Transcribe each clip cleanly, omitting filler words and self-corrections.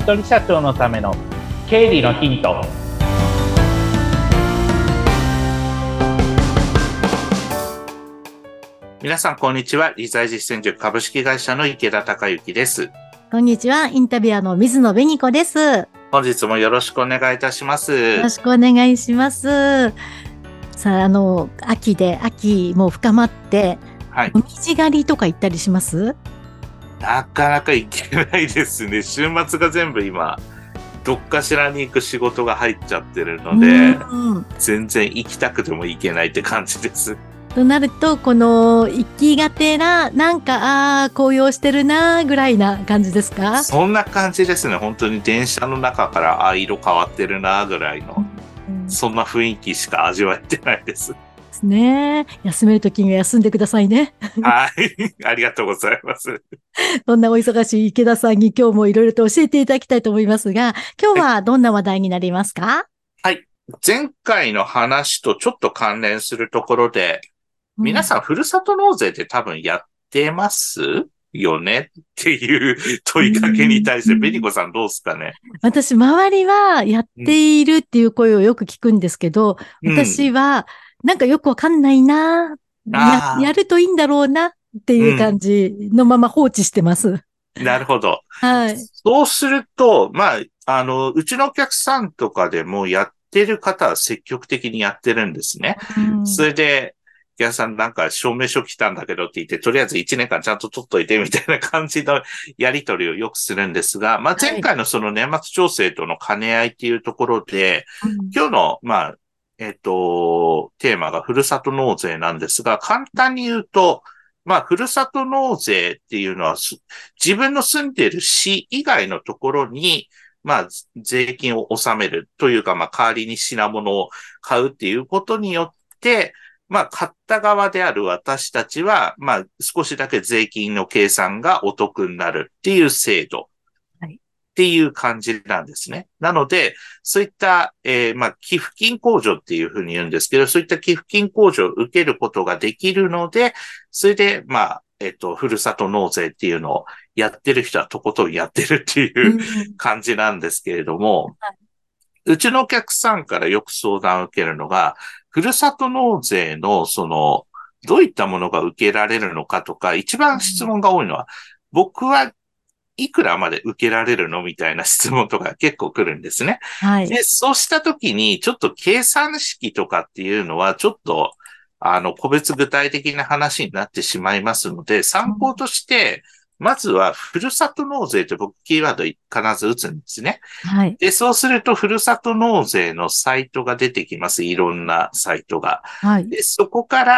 人社長のための経理のヒント。 皆さんこんにちは。理財実践塾株式会社の池田孝之です。 こんにちは。インタビュアーの水野紅子です。 本日もよろしくお願いいたします。 よろしくお願いします。さあ、秋も深まって、 はい。 紅葉狩りとか行ったりします？ なかなか行けないですね。週末が全部今、どっかしらに行く仕事が入っちゃってるので、全然行きたくても行けないって感じです。 となると、この行きがてら、紅葉してるなぐらいな感じですか？ そんな感じですね。本当に電車の中から色変わってるなぐらいの、そんな雰囲気しか味わえてないです。 ですね。休めるときには休んでくださいね。 はい。ありがとうございます。 そんなお忙しい池田さんに今日もいろいろと教えていただきたいと思いますが、今日はどんな話題になりますか？ はい。前回の話とちょっと関連するところで、皆さん、ふるさと納税って多分やってますよねっていう問いかけに対して、紅子さんどうですかね？ 私、周りはやっているっていう声をよく聞くんですけど、私は、よくわかんないな、やるといいんだろうなっていう感じのまま放置してます。 なるほど。 はい。 そうすると、うちのお客さんとかでもやってる方は積極的にやってるんですね。それで、お客さん証明書来たんだけどって言って、とりあえず1年間ちゃんと取っといてみたいな感じのやり取りをよくするんですが、前回のその年末調整との兼ね合いっていうところで、今日の、テーマがふるさと納税なんですが、簡単に言うと、ふるさと納税っていうのは、自分の住んでいる市以外のところに、税金を納めるというか、代わりに品物を買うっていうことによって、買った側である私たちは、少しだけ税金の計算がお得になるっていう制度っていう感じなんですね。なので、そういった、寄付金控除っていうふうに言うんですけど、そういった寄付金控除を受けることができるので、それで、ふるさと納税っていうのをやってる人はとことんやってるっていう感じなんですけれども、うちのお客さんからよく相談を受けるのが、ふるさと納税のどういったものが受けられるのかとか、一番質問が多いのは、僕はいくらまで受けられるのみたいな質問とか結構来るんですね。 はい。 で、そうしたときに、ちょっと計算式とかっていうのは、ちょっと、個別具体的な話になってしまいますので、参考として、まずは、ふるさと納税と僕キーワード必ず打つんですね。 はい。 で、そうすると、ふるさと納税のサイトが出てきます。いろんなサイトが。 はい。 で、そこから、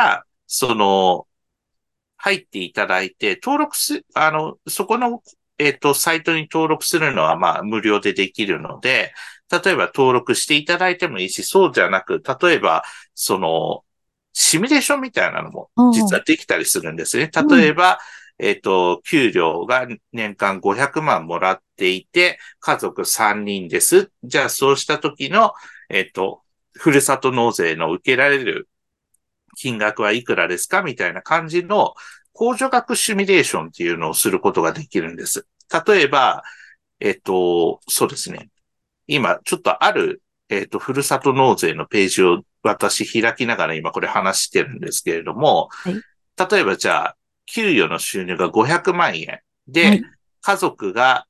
入っていただいて、そこの、サイトに登録するのは、無料でできるので、例えば登録していただいてもいいし、そうじゃなく、例えば、シミュレーションみたいなのも、実はできたりするんですね。例えば、給料が年間500万もらっていて、家族3人です。じゃあ、そうした時の、ふるさと納税の受けられる金額はいくらですかみたいな感じの控除額シミュレーションっていうのをすることができるんです。例えば、そうですね。今、ちょっとある、ふるさと納税のページを私開きながら今これ話してるんですけれども、 はい。 例えばじゃあ、給与の収入が500万円で、家族が、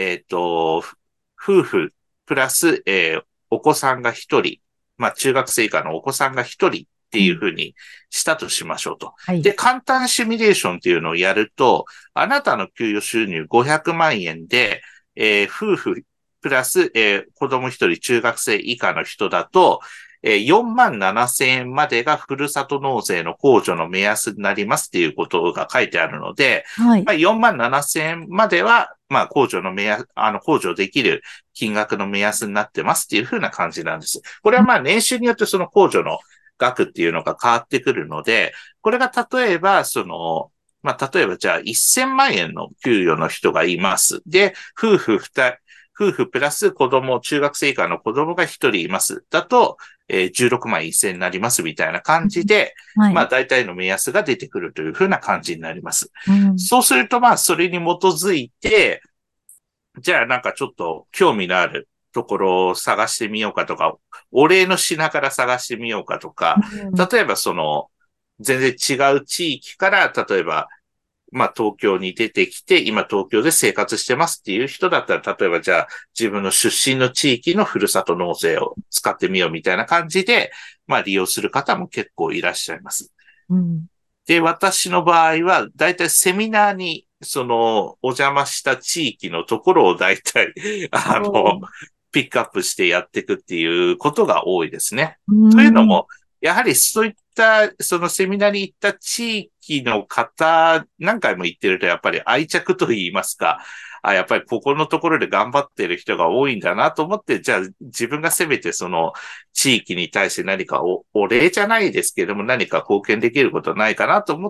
夫婦プラス、お子さんが1人、中学生以下のお子さんが1人っていうふうにしたとしましょうと。で、簡単シミュレーションっていうのをやると、あなたの給与収入500万円で、夫婦プラス、子供1人中学生以下の人だと、4万7千円までがふるさと納税の控除の目安になりますっていうことが書いてあるので、4万7千円までは、控除の控除できる金額の目安になってますっていうふうな感じなんです。これは年収によってその控除の額っていうのが変わってくるので、これが例えば、例えばじゃあ1000万円の給与の人がいます。で、夫婦プラス子供、中学生以下の子供が1人います。だと、16万1000になりますみたいな感じで、大体の目安が出てくるというふうな感じになります。そうすると、それに基づいて、 じゃあなんかちょっと興味のあるところを探してみようかとか、お礼の品から探してみようかとか、 うん。 例えば全然違う地域から、例えば、まあ東京に出てきて、今東京で生活してますっていう人だったら、例えばじゃあ自分の出身の地域のふるさと納税を使ってみようみたいな感じで、まあ利用する方も結構いらっしゃいます。 うん。 で、私の場合は、だいたいセミナーに、お邪魔した地域のところをだいたい、 おー。 ピックアップしてやっていくっていうことが多いですね。 うというのん。 も、やはりそういった、そのセミナーに行った地域の方、何回も行ってるとやっぱり愛着と言いますか、やっぱりここのところで頑張ってる人が多いんだなと思って、じゃあ自分がせめてその地域に対して何かお礼じゃないですけれども何か貢献できることないかなと思って、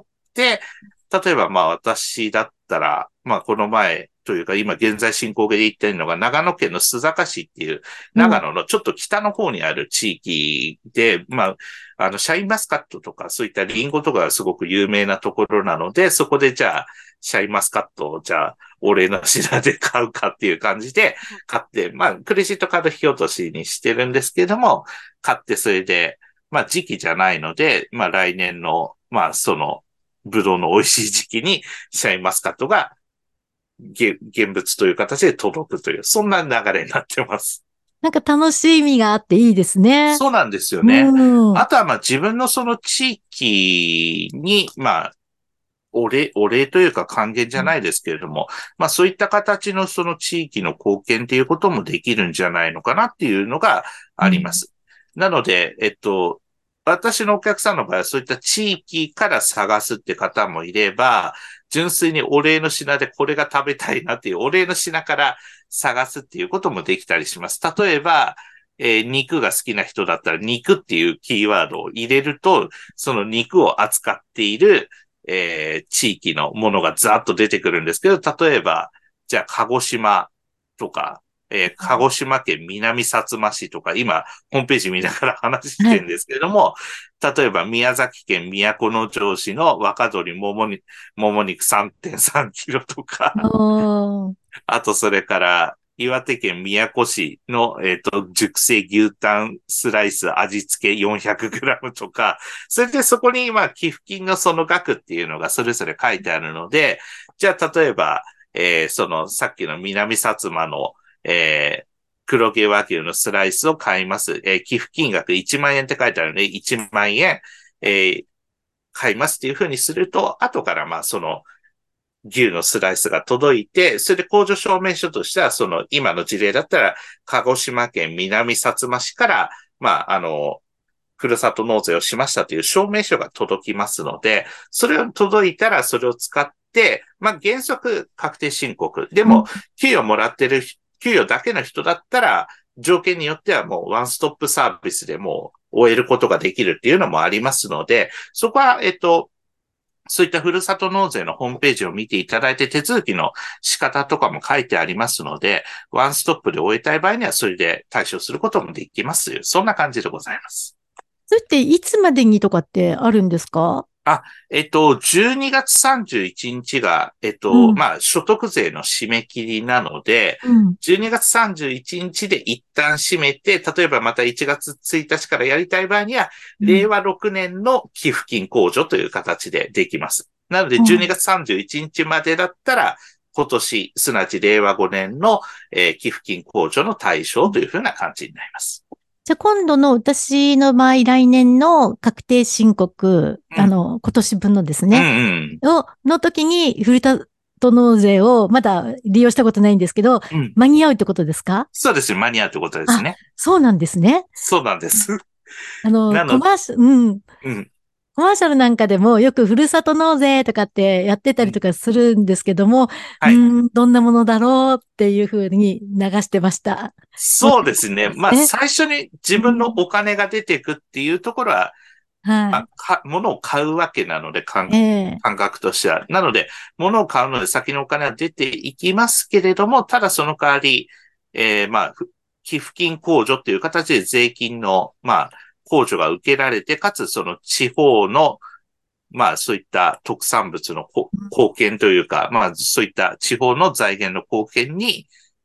例えばまあ私だったら、まあこの前というか今現在進行形で行ってるのが長野県の須坂市っていう長野のちょっと北の方にある地域で、まあシャインマスカットとかそういったリンゴとかがすごく有名なところなので、そこでじゃあシャインマスカットをじゃあお礼の品で買うかっていう感じで買って、まあクレジットカード引き落としにしてるんですけれども、買ってそれで、まあ時期じゃないので、まあ来年の、まあブドウの美味しい時期にシャインマスカットが現物という形で届くという、そんな流れになってます。 なんか楽しみがあっていいですね。 そうなんですよね。 うん。 あとはまあ自分のその地域に、まあ、お礼というか還元じゃないですけれども、まあそういった形のその地域の貢献っていうこともできるんじゃないのかなっていうのがうん。 あります。なので、私のお客さんの場合はそういった地域から探すって方もいれば、純粋にお礼の品でこれが食べたいなっていうお礼の品から探すっていうこともできたりします。例えば、肉が好きな人だったら肉っていうキーワードを入れると、その肉を扱っている、地域のものがざっと出てくるんですけど、例えば、じゃあ鹿児島とか、鹿児島県南薩摩市とか、今、ホームページ見ながら話しはい。 てるんですけれども、例えば宮崎県都城市の若鶏もも肉3.3キロとか、 おー。 あとそれから岩手県宮古市の、熟成牛タンスライス味付け400グラムとか、それでそこにまあ寄付金のその額っていうのがそれぞれ書いてあるので、じゃあ例えば、さっきの南薩摩の、黒毛和牛のスライスを買います。寄付金額1万円って書いてあるので、1万円、えー買いますっていうふうにすると、後からまあ牛のスライスが届いて、それで控除証明書としては、今の事例だったら、鹿児島県南薩摩市から、まあ、ふるさと納税をしましたという証明書が届きますので、それを届いたらそれを使って、まあ原則確定申告。でも、 うん。 給与もらってる、給与だけの人だったら、条件によってはもうワンストップサービスでもう終えることができるっていうのもありますので、そこは、そういったふるさと納税のホームページを見ていただいて手続きの仕方とかも書いてありますので、ワンストップで終えたい場合にはそれで対処することもできます。そんな感じでございます。 それっていつまでにとかってあるんですか？ あ、12月31日が、 うん。 まあ、所得税の締め切りなので、 うん。 12月31日で一旦締めて、例えばまた1月1日からやりたい場合には、 うん。 令和6年の寄付金控除という形でできます。なので、12 うん。 月31日までだったら、今年、すなわち令和5年の、寄付金控除の対象というふうな感じになります。 じゃあ今度の私の場合、来年の確定申告、 うん、 今年分のですうん、 ね、 うん、 の時に、ふるさと納税をまだ利用したことないんですけど、 うん。 間に合うってことですか？ そうですよ。間に合うということですあ、 ね。 そうなんですね。 そうなんです。なの、 コマーシャル、うん。 うん、 コマーシャルなんかでもよくふるさと納税とかってやってたうん。 りとかするんですけども、 はい。 どんなものだろうっていうふうに流してました。もそうですね。まあ、 ね。 最初に自分のうん。 お金が出てくっていうところは、まあ、 はい。 物を買うわけなので、 ええ。 感覚としては。なので、物を買うので先のお金は出ていきますけれども、ただその代わり、まあ、寄付金控除っていう形で税金の、まあ、控除が受けられて、かつその地方の、まあそういった特産物の貢献というか、まあそういった地方の財源の貢献に、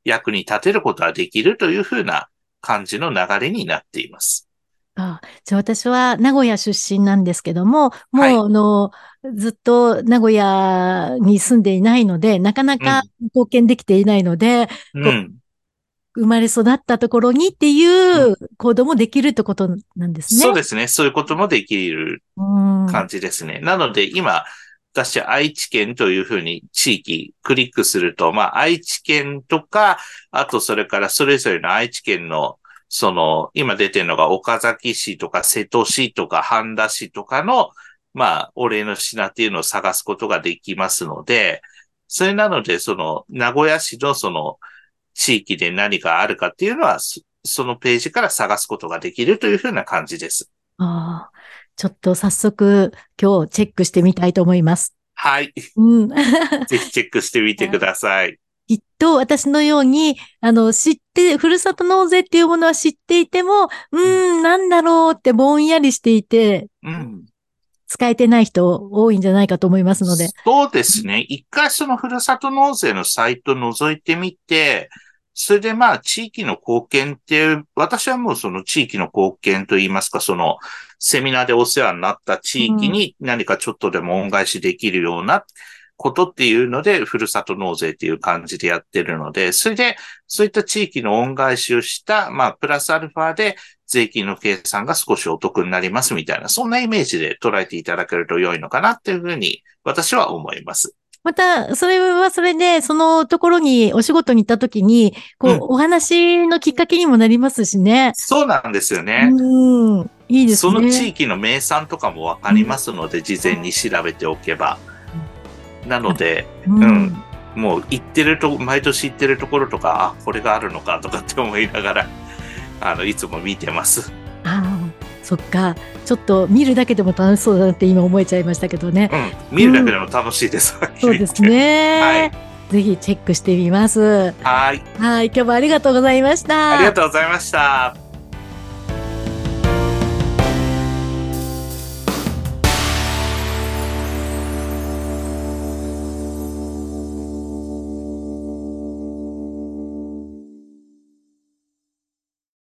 役に立てることができるというふうな感じの流れになっています。 じゃあ私は名古屋出身なんですけども、 はい。 もうずっと名古屋に住んでいないので、なかなか貢献できていないので、 うん。 生まれ育ったところにっていう行動もできるってことなんですね。 そうですね。そういうこともできるうん。 感じですね。なので今、私愛知県というふうに地域クリックすると、まあ愛知県とか、あとそれからそれぞれの愛知県の、今出てるのが岡崎市とか瀬戸市とか半田市とかの、まあお礼の品っていうのを探すことができますので、それなので、名古屋市の地域で何があるかっていうのは、そのページから探すことができるというふうな感じです。 ちょっと早速今日チェックしてみたいと思います。 はい。 うん。 ぜひチェックしてみてください。 きっと私のように、ふるさと納税っていうものは知っていても、なんだろうってぼんやりしていて、 うん。 使えてない人多いんじゃないかと思いますので。 そうですね。一回そのふるさと納税のサイト覗いてみて、それでまあ地域の貢献っていう、私はもうその地域の貢献といいますか、セミナーでお世話になった地域に何かちょっとでも恩返しできるようなことっていうので、ふるさと納税っていう感じでやってるので、それでそういった地域の恩返しをした、まあプラスアルファで税金の計算が少しお得になりますみたいな、そんなイメージで捉えていただけると良いのかなっていうふうに私は思います。 また、それはそれで、そのところにお仕事に行った時に、 うん。 お話のきっかけにもなりますしね。 そうなんですよね。 いいですその地ね。 域の名産とかもわかりますので、事前に調べておけば。なので、うん。もう毎年行ってるところとか、これがあるのかとかって思いながら、いつも見てます。 そっか。ちょっと見るだけでも楽しそうだなって今思えちゃいましたけどね。 見るだけでも楽しいです。はっきそうですり言って。はね。 い。 ぜひチェックしてみます。 はい。 はい。今日もありがとうございました。 ありがとうございました。